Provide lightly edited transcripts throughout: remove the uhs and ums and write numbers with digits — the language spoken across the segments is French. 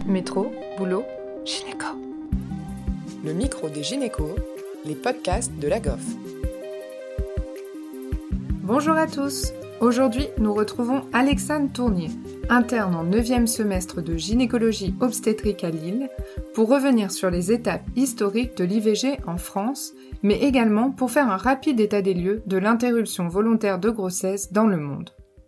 Métro, boulot, gynéco. Le micro des gynécos, les podcasts de la GOF. Bonjour à tous. Aujourd'hui, nous retrouvons Alexandre Tournier, interne en 9e semestre de gynécologie obstétrique à Lille, pour revenir sur les étapes historiques de l'IVG en France, mais également pour faire un rapide état des lieux de l'interruption volontaire de grossesse dans le monde.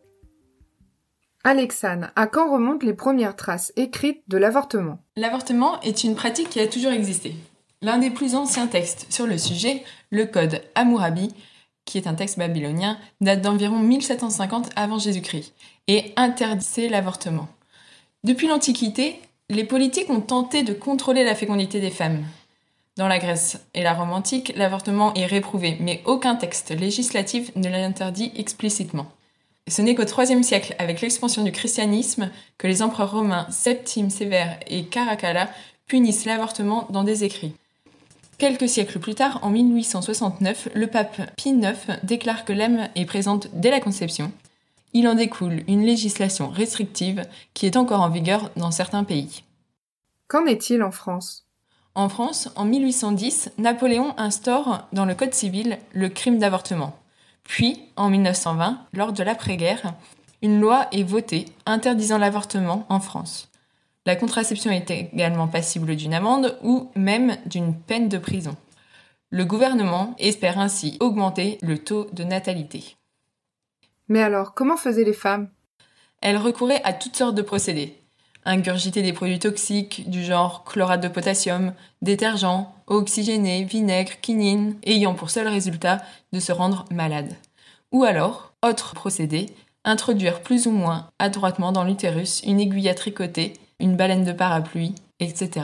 Alexandre, à quand remontent les premières traces écrites de l'avortement ? L'avortement est une pratique qui a toujours existé. L'un des plus anciens textes sur le sujet, le Code Hammurabi, qui est un texte babylonien, date d'environ 1750 avant Jésus-Christ et interdisait l'avortement. Depuis l'Antiquité, les politiques ont tenté de contrôler la fécondité des femmes. Dans la Grèce et la Rome antique, l'avortement est réprouvé, mais aucun texte législatif ne l'interdit explicitement. Ce n'est qu'au IIIe siècle, avec l'expansion du christianisme, que les empereurs romains Septime Sévère et Caracalla punissent l'avortement dans des écrits. Quelques siècles plus tard, en 1869, le pape Pie IX déclare que l'âme est présente dès la conception. Il en découle une législation restrictive qui est encore en vigueur dans certains pays. Qu'en est-il en France ? En France, en 1810, Napoléon instaure dans le Code civil le crime d'avortement. Puis, en 1920, lors de l'après-guerre, une loi est votée interdisant l'avortement en France. La contraception est également passible d'une amende ou même d'une peine de prison. Le gouvernement espère ainsi augmenter le taux de natalité. Mais alors, comment faisaient les femmes ? Elles recouraient à toutes sortes de procédés. Ingurgiter des produits toxiques du genre chlorate de potassium, détergents, eau oxygénée, vinaigre, quinine, ayant pour seul résultat de se rendre malade. Ou alors, autre procédé, introduire plus ou moins adroitement dans l'utérus une aiguille à tricoter, une baleine de parapluie, etc.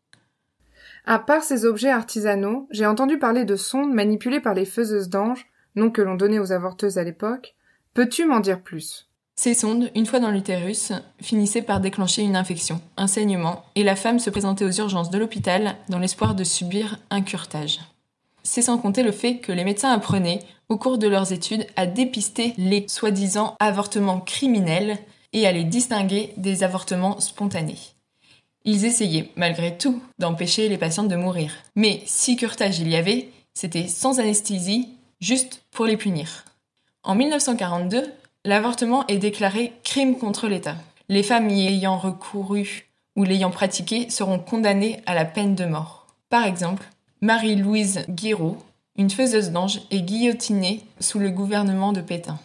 À part ces objets artisanaux, j'ai entendu parler de sondes manipulées par les faiseuses d'anges, nom que l'on donnait aux avorteuses à l'époque. Peux-tu m'en dire plus ? Ces sondes, une fois dans l'utérus, finissaient par déclencher une infection, un saignement, et la femme se présentait aux urgences de l'hôpital dans l'espoir de subir un curetage. C'est sans compter le fait que les médecins apprenaient, au cours de leurs études, à dépister les soi-disant avortements criminels et à les distinguer des avortements spontanés. Ils essayaient, malgré tout, d'empêcher les patientes de mourir. Mais si curetage il y avait, c'était sans anesthésie, juste pour les punir. En 1942, l'avortement est déclaré crime contre l'État. Les femmes y ayant recouru ou l'ayant pratiqué seront condamnées à la peine de mort. Par exemple, Marie-Louise Guiraud, une faiseuse d'anges, est guillotinée sous le gouvernement de Pétain.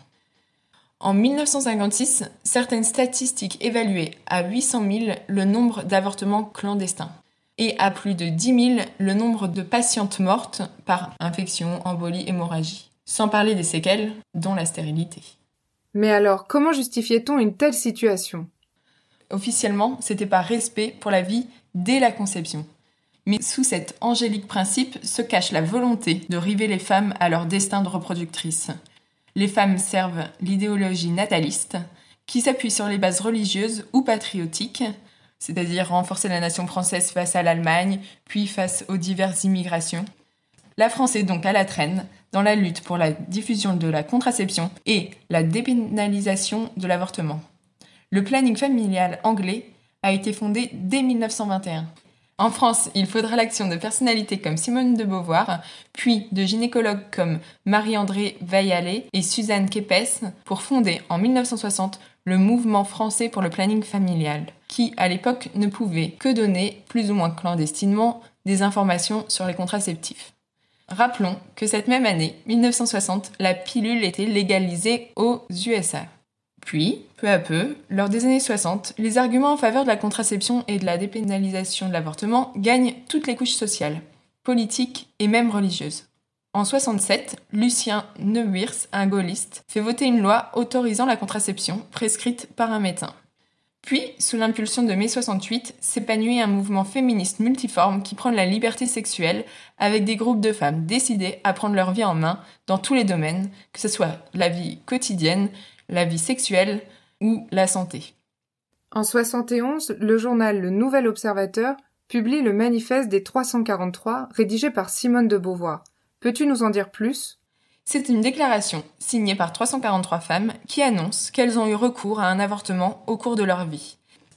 En 1956, certaines statistiques évaluaient à 800 000 le nombre d'avortements clandestins et à plus de 10 000 le nombre de patientes mortes par infection, embolie, hémorragie. Sans parler des séquelles, dont la stérilité. Mais alors, comment justifiait-on une telle situation ? Officiellement, c'était par respect pour la vie dès la conception. Mais sous cet angélique principe se cache la volonté de river les femmes à leur destin de reproductrices. Les femmes servent l'idéologie nataliste, qui s'appuie sur les bases religieuses ou patriotiques, c'est-à-dire renforcer la nation française face à l'Allemagne, puis face aux diverses immigrations. La France est donc à la traîne dans la lutte pour la diffusion de la contraception et la dépénalisation de l'avortement. Le planning familial anglais a été fondé dès 1921. En France, il faudra l'action de personnalités comme Simone de Beauvoir, puis de gynécologues comme Marie-Andrée Vaillalé et Suzanne Képès pour fonder en 1960 le mouvement français pour le planning familial, qui à l'époque ne pouvait que donner, plus ou moins clandestinement, des informations sur les contraceptifs. Rappelons que cette même année, 1960, la pilule était légalisée aux USA. Puis, peu à peu, lors des années 60, les arguments en faveur de la contraception et de la dépénalisation de l'avortement gagnent toutes les couches sociales, politiques et même religieuses. En 67, Lucien Neuwirth, un gaulliste, fait voter une loi autorisant la contraception, prescrite par un médecin. Puis, sous l'impulsion de mai 68, s'épanouit un mouvement féministe multiforme qui prône la liberté sexuelle avec des groupes de femmes décidées à prendre leur vie en main dans tous les domaines, que ce soit la vie quotidienne, la vie sexuelle ou la santé. En 71, le journal Le Nouvel Observateur publie le manifeste des 343 rédigé par Simone de Beauvoir. Peux-tu nous en dire plus ? C'est une déclaration signée par 343 femmes qui annoncent qu'elles ont eu recours à un avortement au cours de leur vie.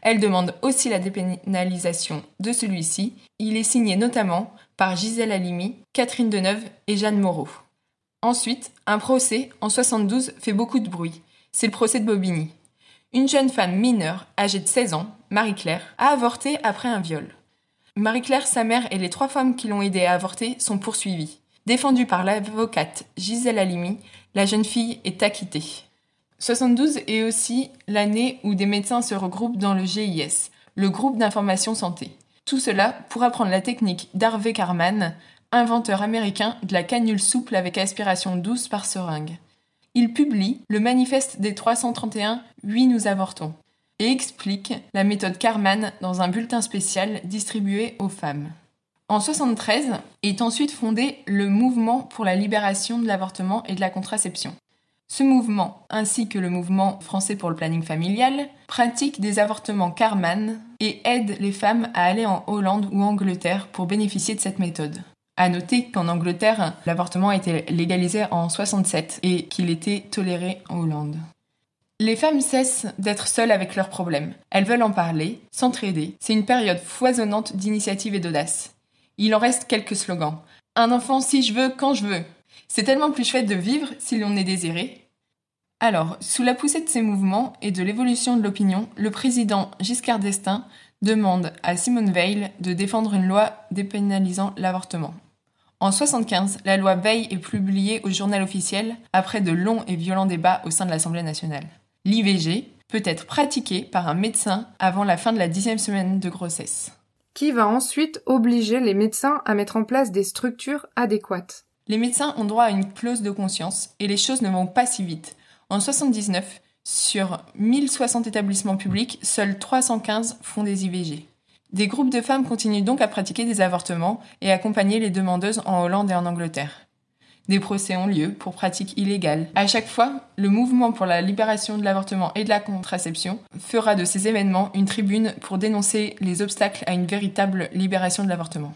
Elle demande aussi la dépénalisation de celui-ci. Il est signé notamment par Gisèle Halimi, Catherine Deneuve et Jeanne Moreau. Ensuite, un procès en 72 fait beaucoup de bruit. C'est le procès de Bobigny. Une jeune femme mineure, âgée de 16 ans, Marie-Claire, a avorté après un viol. Marie-Claire, sa mère et les 3 femmes qui l'ont aidée à avorter sont poursuivies. Défendue par l'avocate Gisèle Halimi, la jeune fille est acquittée. 72 est aussi l'année où des médecins se regroupent dans le GIS, le groupe d'information santé. Tout cela pour apprendre la technique d'Harvey Karman, inventeur américain de la canule souple avec aspiration douce par seringue. Il publie le manifeste des 331 « Oui, nous avortons » et explique la méthode Karman dans un bulletin spécial distribué aux femmes. En 73 est ensuite fondé le Mouvement pour la libération de l'avortement et de la contraception. Ce mouvement, ainsi que le Mouvement français pour le planning familial, pratique des avortements Karman et aide les femmes à aller en Hollande ou Angleterre pour bénéficier de cette méthode. À noter qu'en Angleterre, l'avortement a été légalisé en 67 et qu'il était toléré en Hollande. Les femmes cessent d'être seules avec leurs problèmes. Elles veulent en parler, s'entraider. C'est une période foisonnante d'initiative et d'audace. Il en reste quelques slogans. Un enfant si je veux, quand je veux. C'est tellement plus chouette de vivre si l'on est désiré. Alors, sous la poussée de ces mouvements et de l'évolution de l'opinion, le président Giscard d'Estaing demande à Simone Veil de défendre une loi dépénalisant l'avortement. En 1975, la loi Veil est publiée au Journal officiel après de longs et violents débats au sein de l'Assemblée nationale. L'IVG peut être pratiquée par un médecin avant la fin de la 10e semaine de grossesse. Qui va ensuite obliger les médecins à mettre en place des structures adéquates. Les médecins ont droit à une clause de conscience et les choses ne vont pas si vite. En 1979, sur 1060 établissements publics, seuls 315 font des IVG. Des groupes de femmes continuent donc à pratiquer des avortements et accompagner les demandeuses en Hollande et en Angleterre. Des procès ont lieu pour pratiques illégales. À chaque fois, le mouvement pour la libération de l'avortement et de la contraception fera de ces événements une tribune pour dénoncer les obstacles à une véritable libération de l'avortement.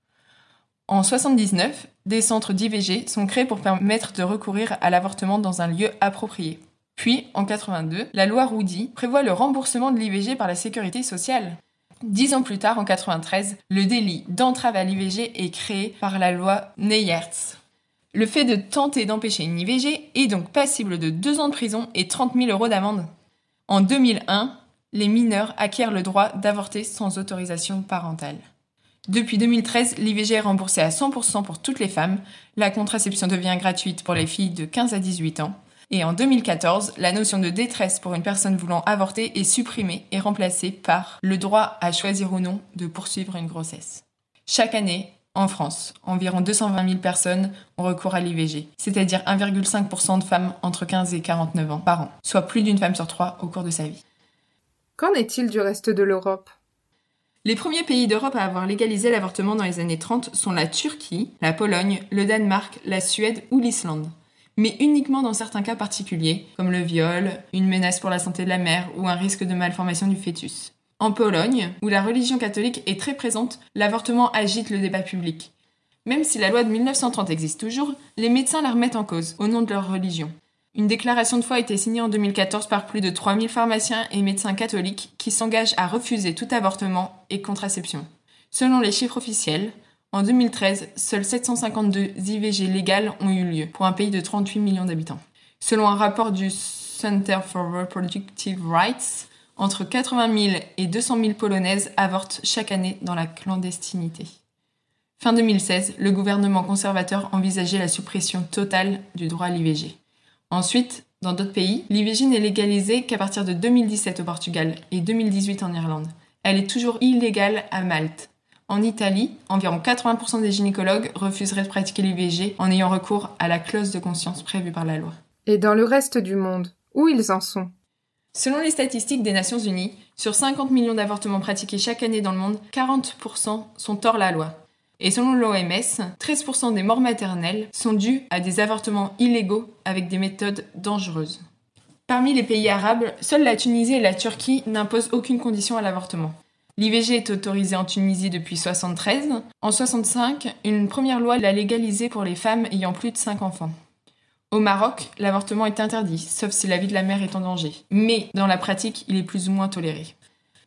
En 1979, des centres d'IVG sont créés pour permettre de recourir à l'avortement dans un lieu approprié. Puis, en 1982, la loi Roudy prévoit le remboursement de l'IVG par la sécurité sociale. 10 ans plus tard, en 1993, le délit d'entrave à l'IVG est créé par la loi Neyerts. Le fait de tenter d'empêcher une IVG est donc passible de 2 ans de prison et 30 000 € d'amende. En 2001, les mineurs acquièrent le droit d'avorter sans autorisation parentale. Depuis 2013, l'IVG est remboursée à 100% pour toutes les femmes, la contraception devient gratuite pour les filles de 15 à 18 ans, et en 2014, la notion de détresse pour une personne voulant avorter est supprimée et remplacée par le droit à choisir ou non de poursuivre une grossesse. Chaque année, en France, environ 220 000 personnes ont recours à l'IVG, c'est-à-dire 1,5% de femmes entre 15 et 49 ans par an, soit plus d'une femme sur 3 au cours de sa vie. Qu'en est-il du reste de l'Europe ? Les premiers pays d'Europe à avoir légalisé l'avortement dans les années 30 sont la Turquie, la Pologne, le Danemark, la Suède ou l'Islande. Mais uniquement dans certains cas particuliers, comme le viol, une menace pour la santé de la mère ou un risque de malformation du fœtus. En Pologne, où la religion catholique est très présente, l'avortement agite le débat public. Même si la loi de 1930 existe toujours, les médecins la remettent en cause, au nom de leur religion. Une déclaration de foi a été signée en 2014 par plus de 3000 pharmaciens et médecins catholiques qui s'engagent à refuser tout avortement et contraception. Selon les chiffres officiels, en 2013, seuls 752 IVG légales ont eu lieu, pour un pays de 38 millions d'habitants. Selon un rapport du Center for Reproductive Rights, entre 80 000 et 200 000 Polonaises avortent chaque année dans la clandestinité. Fin 2016, le gouvernement conservateur envisageait la suppression totale du droit à l'IVG. Ensuite, dans d'autres pays, l'IVG n'est légalisée qu'à partir de 2017 au Portugal et 2018 en Irlande. Elle est toujours illégale à Malte. En Italie, environ 80% des gynécologues refuseraient de pratiquer l'IVG en ayant recours à la clause de conscience prévue par la loi. Et dans le reste du monde, où ils en sont ? Selon les statistiques des Nations Unies, sur 50 millions d'avortements pratiqués chaque année dans le monde, 40% sont hors la loi. Et selon l'OMS, 13% des morts maternelles sont dues à des avortements illégaux avec des méthodes dangereuses. Parmi les pays arabes, seuls la Tunisie et la Turquie n'imposent aucune condition à l'avortement. L'IVG est autorisée en Tunisie depuis 1973. En 1965, une première loi l'a légalisée pour les femmes ayant plus de 5 enfants. Au Maroc, l'avortement est interdit, sauf si la vie de la mère est en danger. Mais dans la pratique, il est plus ou moins toléré.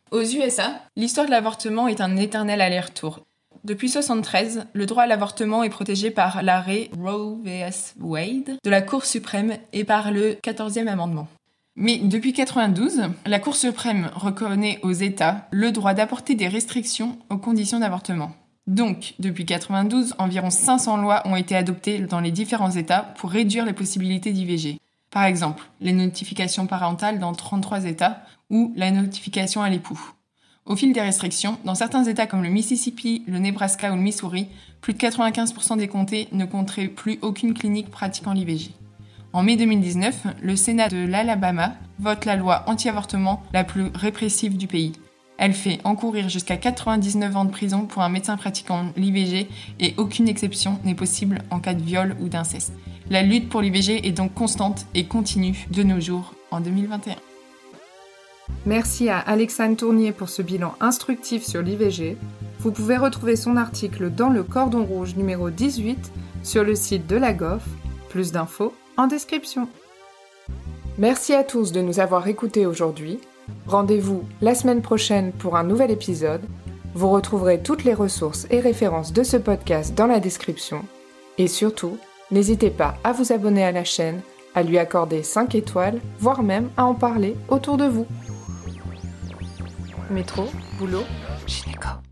Aux USA, l'histoire de l'avortement est un éternel aller-retour. Depuis 1973, le droit à l'avortement est protégé par l'arrêt Roe vs Wade de la Cour suprême et par le 14e amendement. Mais depuis 1992, la Cour suprême reconnaît aux États le droit d'apporter des restrictions aux conditions d'avortement. Donc, depuis 1992, environ 500 lois ont été adoptées dans les différents États pour réduire les possibilités d'IVG. Par exemple, les notifications parentales dans 33 États ou la notification à l'époux. Au fil des restrictions, dans certains États comme le Mississippi, le Nebraska ou le Missouri, plus de 95% des comtés ne compteraient plus aucune clinique pratiquant l'IVG. En mai 2019, le Sénat de l'Alabama vote la loi anti-avortement la plus répressive du pays. Elle fait encourir jusqu'à 99 ans de prison pour un médecin pratiquant l'IVG et aucune exception n'est possible en cas de viol ou d'inceste. La lutte pour l'IVG est donc constante et continue de nos jours en 2021. Merci à Alexandre Tournier pour ce bilan instructif sur l'IVG. Vous pouvez retrouver son article dans le Cordon Rouge numéro 18 sur le site de la GOF. Plus d'infos en description. Merci à tous de nous avoir écoutés aujourd'hui. Rendez-vous la semaine prochaine pour un nouvel épisode. Vous retrouverez toutes les ressources et références de ce podcast dans la description. Et surtout, n'hésitez pas à vous abonner à la chaîne, à lui accorder 5 étoiles, voire même à en parler autour de vous. Métro, boulot, gynéco.